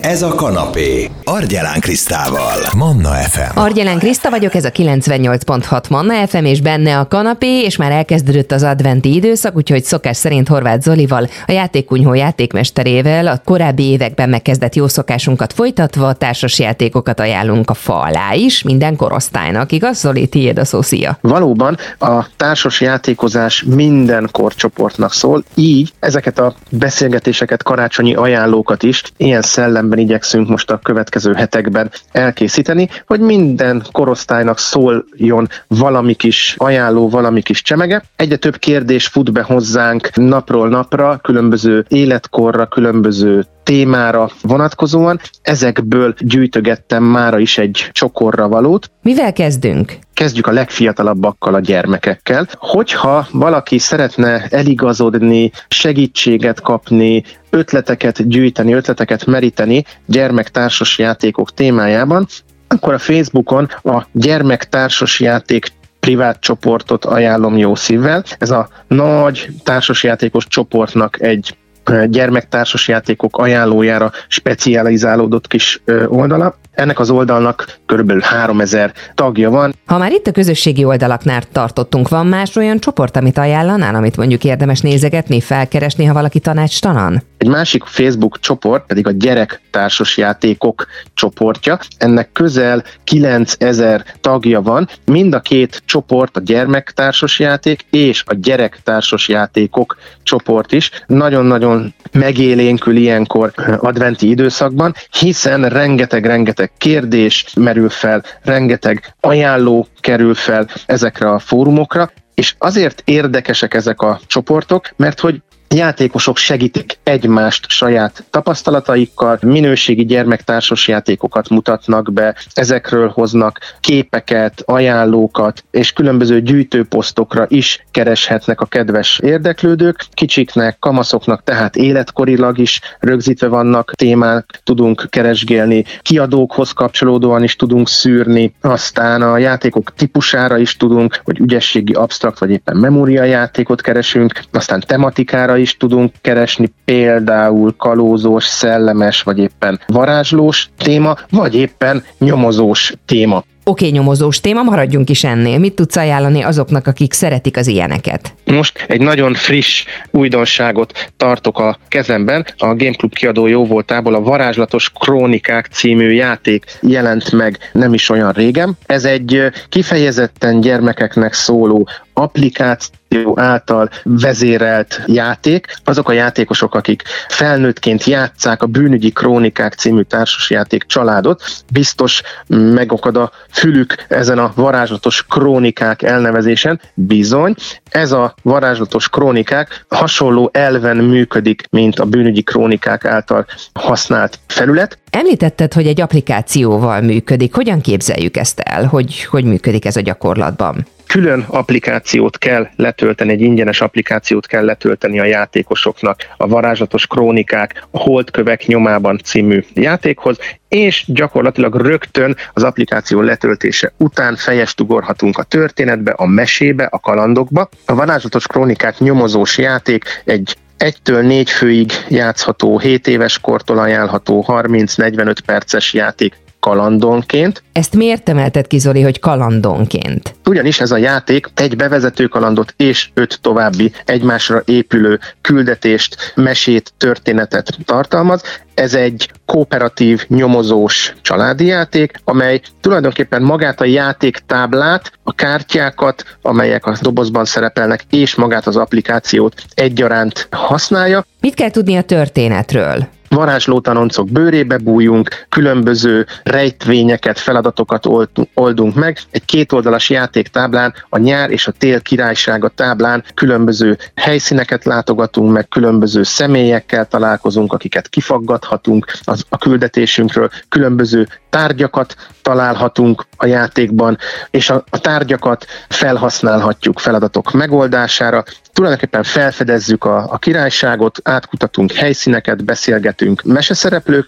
Ez a kanapé. Argyelán Krisztával. Manna FM. Argyelán Kriszta vagyok, ez a 98.6 Manna FM, és benne a kanapé, és már elkezdődött az adventi időszak, úgyhogy szokás szerint Horváth Zolival, a Játékkunyhó játékmesterével a korábbi években megkezdett jó szokásunkat folytatva társas játékokat ajánlunk a fa alá is, minden korosztálynak. Igaz, Zoli? Tiéd a szó, szia. Valóban a társas játékozás minden korcsoportnak szól, így ezeket a beszélgetéseket, karácsonyi ajánlókat is ilyen szellemben igyekszünk most a következő hetekben elkészíteni, hogy minden korosztálynak szóljon valami kis ajánló, valami kis csemege. Egyre több kérdés fut be hozzánk napról napra, különböző életkorra, különböző témára vonatkozóan. Ezekből gyűjtögettem mára is egy csokorra valót. Mivel kezdünk? Kezdjük a legfiatalabbakkal, a gyermekekkel. Hogyha valaki szeretne eligazodni, segítséget kapni, ötleteket gyűjteni, ötleteket meríteni gyermektársas játékok témájában, akkor a Facebookon a gyermektársas játék privát csoportot ajánlom jó szívvel. Ez a nagy társasjátékos csoportnak egy gyermektársas játékok ajánlójára specializálódott kis oldala. Ennek az oldalnak körülbelül 3000 tagja van. Ha már itt a közösségi oldalaknál tartottunk, van más olyan csoport, amit ajánlanál, amit mondjuk érdemes nézegetni, felkeresni, ha valaki tanácstalan? Egy másik Facebook csoport pedig a gyerektársas játékok csoportja. Ennek közel 9000 tagja van. Mind a két csoport, a gyermektársas játék és a gyerektársas játékok csoport is nagyon-nagyon megélénkül ilyenkor adventi időszakban, hiszen rengeteg kérdés merül fel, rengeteg ajánló kerül fel ezekre a fórumokra, és azért érdekesek ezek a csoportok, mert hogy játékosok segítik egymást saját tapasztalataikkal, minőségi gyermektársas játékokat mutatnak be, ezekről hoznak képeket, ajánlókat, és különböző gyűjtőposztokra is kereshetnek a kedves érdeklődők. Kicsiknek, kamaszoknak, tehát életkorilag is rögzítve vannak témák, tudunk keresgélni, kiadókhoz kapcsolódóan is tudunk szűrni, aztán a játékok típusára is tudunk, hogy ügyességi, absztrakt vagy éppen memóriajátékot keresünk, aztán tematikára is tudunk keresni, például kalózós, szellemes, vagy éppen varázslós téma, vagy éppen nyomozós téma. Oké, nyomozós téma, maradjunk is ennél. Mit tudsz ajánlani azoknak, akik szeretik az ilyeneket? Most egy nagyon friss újdonságot tartok a kezemben. A Game Club kiadó jóvoltából a Varázslatos Krónikák című játék jelent meg nem is olyan régen. Ez egy kifejezetten gyermekeknek szóló applikáció által vezérelt játék. Azok a játékosok, akik felnőttként játsszák a Bűnügyi Krónikák című társasjáték családot, biztos megokad a fülük ezen a Varázslatos Krónikák elnevezésen. Bizony, ez a Varázslatos Krónikák hasonló elven működik, mint a Bűnügyi Krónikák által használt felület. Említetted, hogy egy applikációval működik. Hogyan képzeljük ezt el? Hogy működik ez a gyakorlatban? Külön applikációt kell letölteni, egy ingyenes applikációt kell letölteni a játékosoknak a Varázslatos Krónikák a Holdkövek nyomában című játékhoz, és gyakorlatilag rögtön az applikáció letöltése után fejest ugorhatunk a történetbe, a mesébe, a kalandokba. A Varázslatos Krónikák nyomozós játék egy 1-től 4 főig játszható, 7 éves kortól ajánlható 30-45 perces játék kalandonként. Ezt miért emelted ki, Zoli, hogy kalandonként? Ugyanis ez a játék egy bevezető kalandot és 5 további egymásra épülő küldetést, mesét, történetet tartalmaz. Ez egy kooperatív, nyomozós családi játék, amely tulajdonképpen magát a játéktáblát, a kártyákat, amelyek a dobozban szerepelnek, és magát az applikációt egyaránt használja. Mit kell tudni a történetről? Varázslótanoncok bőrébe bújjunk, különböző rejtvényeket, feladatokat oldunk meg. Egy kétoldalas játéktáblán, a nyár és a tél királysága táblán különböző helyszíneket látogatunk meg, különböző személyekkel találkozunk, akiket kifaggathatunk a küldetésünkről, különböző tárgyakat találhatunk a játékban, és a tárgyakat felhasználhatjuk feladatok megoldására. Tulajdonképpen felfedezzük a királyságot, átkutatunk helyszíneket, beszélgetünk meseszereplőkkel,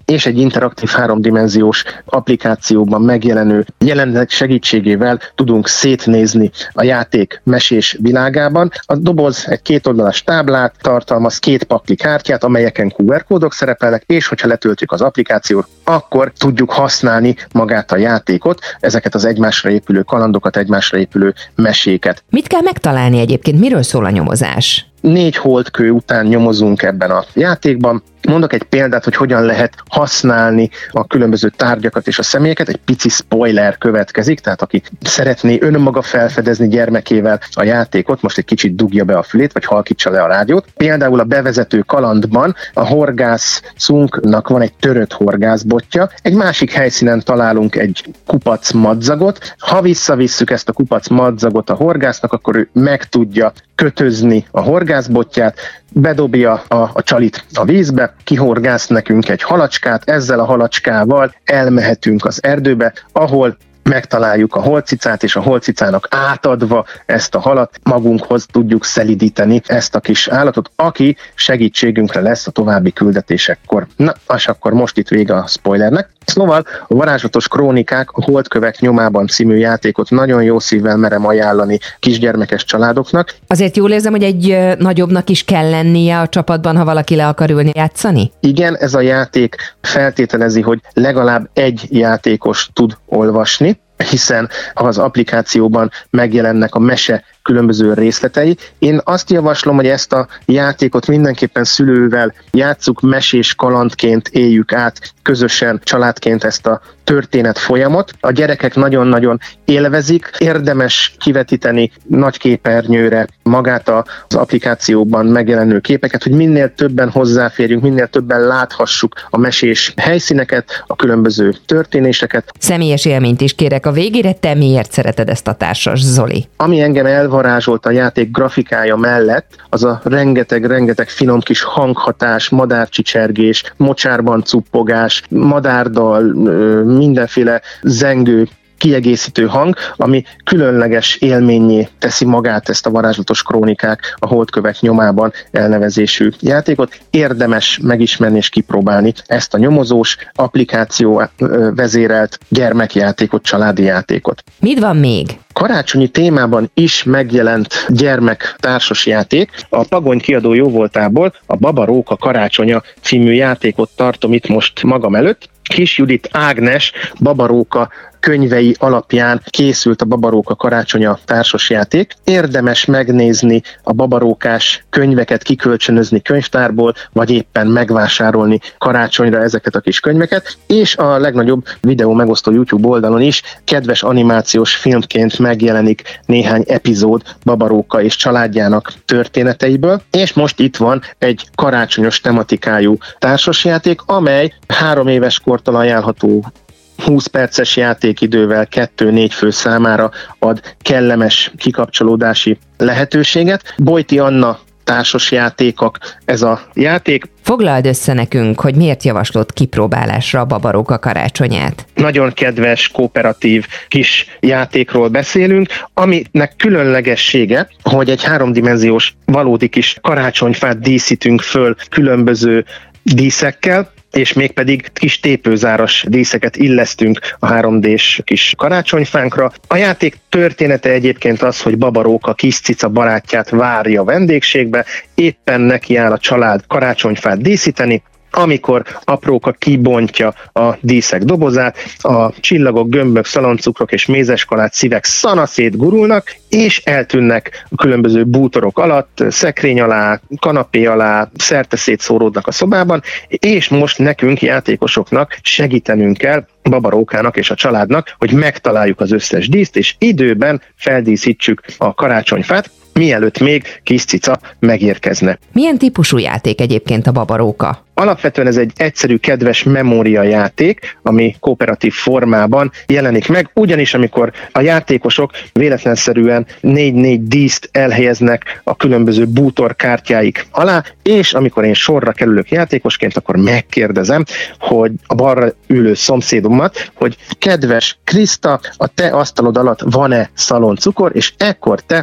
és egy interaktív 3D applikációban megjelenő jelenetek segítségével tudunk szétnézni a játék mesés világában. A doboz egy kétoldalas táblát tartalmaz, 2 pakli kártyát, amelyeken QR kódok szerepelnek, és hogyha letöltjük az applikációt, akkor tudjuk használni magát a játékot, ezeket az egymásra épülő kalandokat, egymásra épülő meséket. Mit kell megtalálni egyébként? Miről szól a nyomozás? 4 holdkő után nyomozunk ebben a játékban. Mondok egy példát, hogy hogyan lehet használni a különböző tárgyakat és a személyeket. Egy pici spoiler következik, tehát aki szeretné önmaga felfedezni gyermekével a játékot, most egy kicsit dugja be a fülét, vagy halkítsa le a rádiót. Például a bevezető kalandban a horgászunknak van egy törött horgászbotja, egy másik helyszínen találunk egy kupac madzagot. Ha visszavisszük ezt a kupac madzagot a horgásznak, akkor ő meg tudja kötözni a horgászbotját, bedobja a csalit a vízbe, kihorgász nekünk egy halacskát, ezzel a halacskával elmehetünk az erdőbe, ahol megtaláljuk a holtcicát, és a holtcicának átadva ezt a halat magunkhoz tudjuk szelidíteni ezt a kis állatot, aki segítségünkre lesz a további küldetésekkor. Na, és akkor most itt vége a spoilernek. Szóval a Varázslatos Krónikák, a Holdkövek nyomában című játékot nagyon jó szívvel merem ajánlani kisgyermekes családoknak. Azért jól érzem, hogy egy nagyobbnak is kell lennie a csapatban, ha valaki le akar ülni játszani? Igen, ez a játék feltételezi, hogy legalább egy játékos tud olvasni, hiszen az applikációban megjelennek a mese különböző részletei. Én azt javaslom, hogy ezt a játékot mindenképpen szülővel játsszuk, mesés kalandként éljük át közösen, családként ezt a történet folyamot. A gyerekek nagyon-nagyon élvezik, érdemes kivetíteni nagy képernyőre magát az applikációban megjelenő képeket, hogy minél többen hozzáférjünk, minél többen láthassuk a mesés helyszíneket, a különböző történéseket. Személyes élményt is kérek a végére, te miért szereted ezt a társas, Zoli? Ami engem elvarázsolt a játék grafikája mellett, az a rengeteg finom kis hanghatás, madárcsicsergés, mocsárban cuppogás, madárdal, mindenféle zengő, kiegészítő hang, ami különleges élménnyé teszi magát ezt a Varázslatos Krónikák, a Holdkövek nyomában elnevezésű játékot. Érdemes megismerni és kipróbálni ezt a nyomozós, applikáció vezérelt gyermekjátékot, családi játékot. Mit van még? Karácsonyi témában is megjelent gyermek társasjáték. A Pagony kiadó jóvoltából a Baba Róka karácsonya című játékot tartom itt most magam előtt. Kis Judit Ágnes Baba Róka könyvei alapján készült a Babaróka karácsonya társasjáték. Érdemes megnézni a babarókás könyveket, kikölcsönözni könyvtárból, vagy éppen megvásárolni karácsonyra ezeket a kis könyveket, és a legnagyobb videó megosztó YouTube oldalon is kedves animációs filmként megjelenik néhány epizód Babaróka és családjának történeteiből, és most itt van egy karácsonyos tematikájú társasjáték, amely 3 éves kortól ajánlható 20 perces játékidővel 2-4 fő számára ad kellemes kikapcsolódási lehetőséget. Bojti Anna társasjátékok ez a játék. Foglald össze nekünk, hogy miért javaslod kipróbálásra a Babaróka karácsonyát. Nagyon kedves, kooperatív kis játékról beszélünk, aminek különlegessége, hogy egy 3D valódi kis karácsonyfát díszítünk föl különböző díszekkel, és mégpedig kis tépőzáras díszeket illesztünk a 3D-s kis karácsonyfánkra. A játék története egyébként az, hogy Babaróka kis cica barátját várja vendégségbe, éppen nekiáll a család karácsonyfát díszíteni, amikor apróka kibontja a díszek dobozát, a csillagok, gömbök, szaloncukrok és mézeskalát szívek szanaszét gurulnak, és eltűnnek a különböző bútorok alatt, szekrény alá, kanapé alá, szerte szétszóródnak a szobában, és most nekünk, játékosoknak segítenünk kell Babarókának és a családnak, hogy megtaláljuk az összes díszt, és időben feldíszítsük a karácsonyfát, mielőtt még kis cica megérkezne. Milyen típusú játék egyébként a Babaróka? Alapvetően ez egy egyszerű, kedves memóriajáték, ami kooperatív formában jelenik meg, ugyanis amikor a játékosok véletlenszerűen 4-4 díszt elhelyeznek a különböző bútorkártyáik alá, és amikor én sorra kerülök játékosként, akkor megkérdezem, hogy a balra ülő szomszédomat, hogy kedves Kriszta, a te asztalod alatt van-e szaloncukor, és ekkor te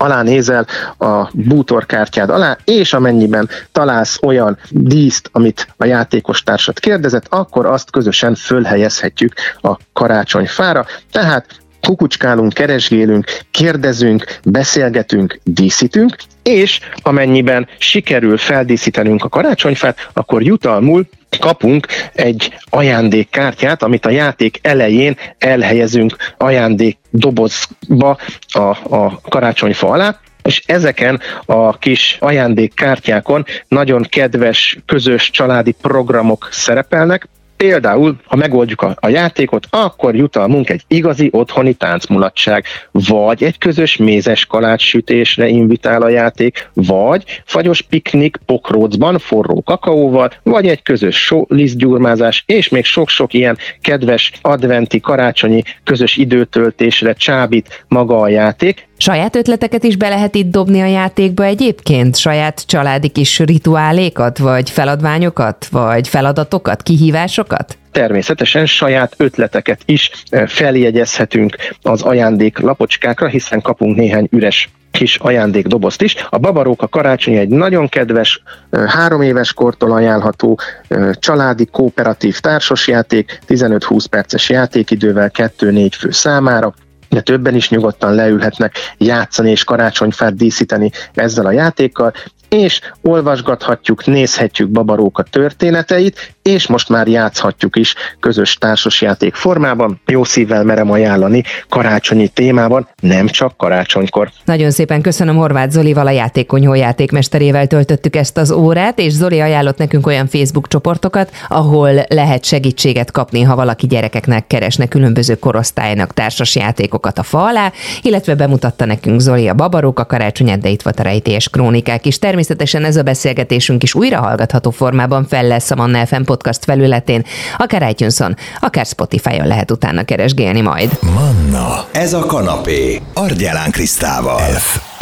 alá nézel a bútorkártyád alá, és amennyiben találsz olyan díszt, amit a játékostársad kérdezett, akkor azt közösen fölhelyezhetjük a karácsonyfára. Tehát kukucskálunk, keresgélünk, kérdezünk, beszélgetünk, díszítünk, és amennyiben sikerül feldíszítenünk a karácsonyfát, akkor jutalmul kapunk egy ajándékkártyát, amit a játék elején elhelyezünk ajándékdobozba a karácsonyfa alá, és ezeken a kis ajándékkártyákon nagyon kedves, közös családi programok szerepelnek. Például, ha megoldjuk a játékot, akkor jutalmunk egy igazi otthoni táncmulatság, vagy egy közös mézes kalácssütésre invitál a játék, vagy fagyos piknik pokrócban forró kakaóval, vagy egy közös lisztgyurmázás, és még sok-sok ilyen kedves adventi, karácsonyi közös időtöltésre csábít maga a játék. Saját ötleteket is be lehet itt dobni a játékba egyébként? Saját családi kis rituálékat, vagy feladványokat, vagy feladatokat, kihívásokat? Természetesen saját ötleteket is feljegyezhetünk az ajándék lapocskákra, hiszen kapunk néhány üres kis ajándékdobozt is. A Babaróka karácsony egy nagyon kedves, 3 éves kortól ajánlható családi kooperatív társasjáték, 15-20 perces játékidővel 2-4 fő számára, de többen is nyugodtan leülhetnek játszani és karácsonyfát díszíteni ezzel a játékkal, és olvasgathatjuk, nézhetjük Babaróka történeteit, és most már játszhatjuk is közös társasjáték formában. Jó szívvel merem ajánlani karácsonyi témában, nem csak karácsonykor. Nagyon szépen köszönöm, Horváth Zolival, a Játékkonyhó játékmesterével töltöttük ezt az órát, és Zoli ajánlott nekünk olyan Facebook csoportokat, ahol lehet segítséget kapni, ha valaki gyerekeknek keresne különböző korosztálynak társas játékokat a fa alá, illetve bemutatta nekünk Zoli a Babaróka karácsonyát, de itt volt a Rejtélyes Krónikák is. Természetesen ez a beszélgetésünk is újra hallgatható formában fel lesz a Manna FM podcast felületén, akár iTunes-on, akár Spotify-on lehet utána keresgélni majd. Manna, ez a kanapé, Argyelán Krisztával.